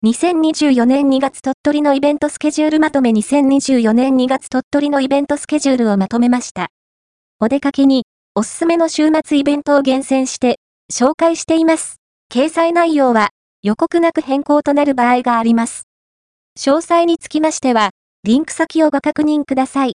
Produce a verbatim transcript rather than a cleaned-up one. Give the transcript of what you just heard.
にせんにじゅうよねんにがつ鳥取のイベントスケジュールまとめにせんにじゅうよねんにがつ鳥取のイベントスケジュールをまとめました。お出かけにおすすめの週末イベントを厳選して紹介しています。掲載内容は予告なく変更となる場合があります。詳細につきましてはリンク先をご確認ください。